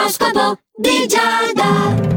L'oroscopo di Giada.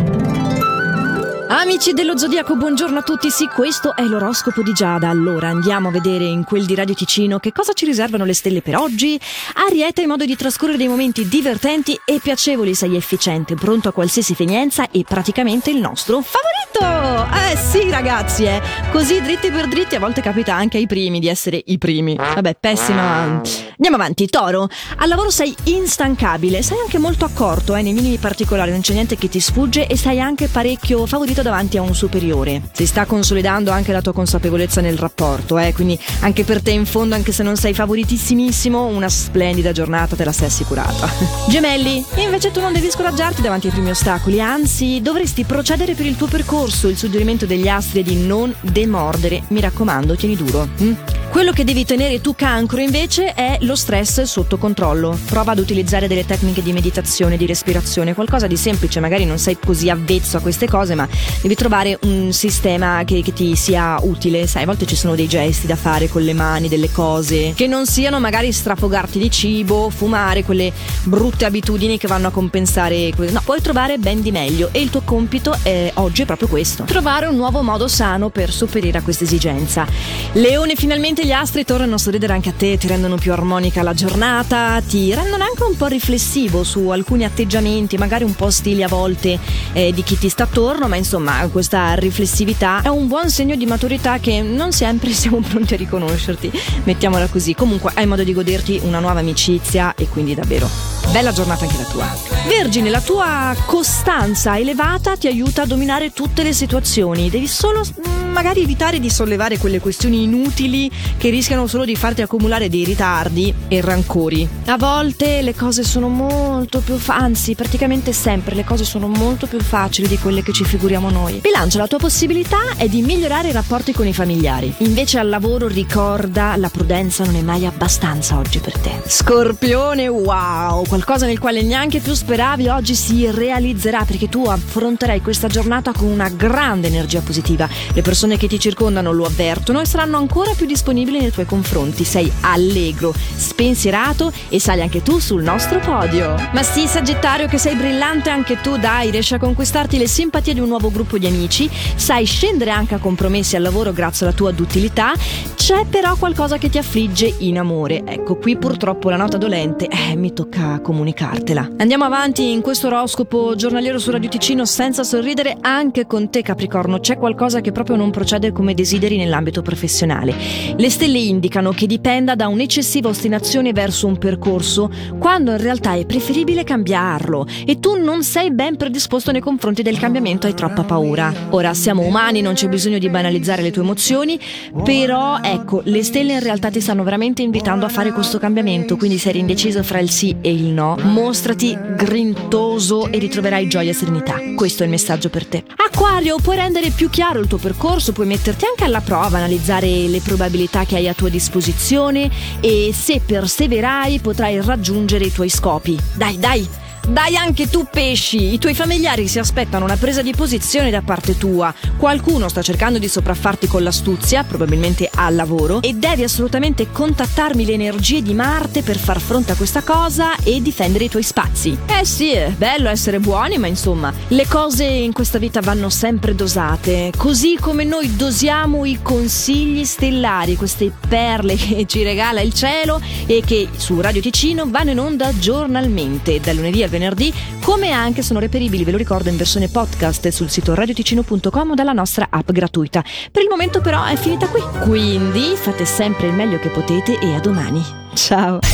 Amici dello Zodiaco, buongiorno a tutti. Sì, questo è l'oroscopo di Giada. Allora, andiamo a vedere in quel di Radio Ticino che cosa ci riservano le stelle per oggi. Ariete, in modo di trascorrere dei momenti divertenti e piacevoli, sei efficiente, pronto a qualsiasi evenienza e praticamente il nostro favorito. Sì, ragazzi, così dritti per dritti a volte capita anche ai primi di essere i primi. Vabbè, pessima. Andiamo avanti. Toro, al lavoro sei instancabile, sei anche molto accorto, nei minimi particolari, non c'è niente che ti sfugge e sei anche parecchio favorito davanti a un superiore. Si sta consolidando anche la tua consapevolezza nel rapporto, quindi anche per te in fondo, anche se non sei favoritissimissimo, una splendida giornata te la sei assicurata. Gemelli, invece tu non devi scoraggiarti davanti ai primi ostacoli, anzi dovresti procedere per il tuo percorso. Il suggerimento degli astri è di non demordere, mi raccomando, tieni duro. Quello che devi tenere tu, Cancro, invece è lo stress sotto controllo. Prova ad utilizzare delle tecniche di meditazione, di respirazione, qualcosa di semplice. Magari non sei così avvezzo a queste cose, ma devi trovare un sistema che ti sia utile. Sai, a volte ci sono dei gesti da fare con le mani, delle cose che non siano magari strafogarti di cibo, fumare, quelle brutte abitudini che vanno a compensare. No, puoi trovare ben di meglio, e il tuo compito oggi è proprio questo: trovare un nuovo modo sano per sopperire a questa esigenza. Leone, finalmente gli astri tornano a sorridere anche a te, ti rendono più armonica la giornata, ti rendono anche un po' riflessivo su alcuni atteggiamenti, magari un po' ostili a volte di chi ti sta attorno, ma insomma questa riflessività è un buon segno di maturità che non sempre siamo pronti a riconoscerti, mettiamola così. Comunque hai modo di goderti una nuova amicizia e quindi davvero bella giornata anche la tua. Vergine, la tua costanza elevata ti aiuta a dominare tutte le situazioni, devi solo magari evitare di sollevare quelle questioni inutili che rischiano solo di farti accumulare dei ritardi e rancori. A volte le cose sono molto più anzi praticamente sempre le cose sono molto più facili di quelle che ci figuriamo noi. Bilancia, la tua possibilità è di migliorare i rapporti con i familiari, invece al lavoro ricorda, la prudenza non è mai abbastanza oggi per te. Scorpione, wow, qualcosa nel quale neanche più speravi oggi si realizzerà, perché tu affronterai questa giornata con una grande energia positiva. Le persone che ti circondano lo avvertono e saranno ancora più disponibili nei tuoi confronti. Sei allegro, spensierato e sali anche tu sul nostro podio. Ma sì, Sagittario, che sei brillante anche tu, dai, riesci a conquistarti le simpatie di un nuovo gruppo di amici, sai scendere anche a compromessi al lavoro grazie alla tua duttilità. C'è però qualcosa che ti affligge in amore. Ecco, qui purtroppo la nota dolente mi tocca comunicartela. Andiamo avanti in questo oroscopo giornaliero su Radio Ticino senza sorridere anche con te, Capricorno. C'è qualcosa che proprio non procede come desideri nell'ambito professionale. Le stelle indicano che dipenda da un'eccessiva ostinazione verso un percorso, quando in realtà è preferibile cambiarlo, e tu non sei ben predisposto nei confronti del cambiamento, hai troppa paura. Ora, siamo umani, non c'è bisogno di banalizzare le tue emozioni, però ecco, le stelle in realtà ti stanno veramente invitando a fare questo cambiamento, quindi se eri indeciso fra il sì e il no, mostrati grintoso e ritroverai gioia e serenità. Questo è il messaggio per te. Acquario, puoi rendere più chiaro il tuo percorso, puoi metterti anche alla prova, analizzare le probabilità che hai a tua disposizione e se perseverai potrai raggiungere i tuoi scopi. Dai anche tu, Pesci, i tuoi familiari si aspettano una presa di posizione da parte tua. Qualcuno sta cercando di sopraffarti con l'astuzia, probabilmente al lavoro, e devi assolutamente contattarmi le energie di Marte per far fronte a questa cosa e difendere i tuoi spazi. Sì, è bello essere buoni, ma insomma, le cose in questa vita vanno sempre dosate, così come noi dosiamo i consigli stellari, queste perle che ci regala il cielo e che su Radio Ticino vanno in onda giornalmente, dal lunedì al venerdì, come anche sono reperibili, ve lo ricordo, in versione podcast sul sito radioticino.com o dalla nostra app gratuita. Per il momento però è finita qui, quindi fate sempre il meglio che potete e a domani. Ciao!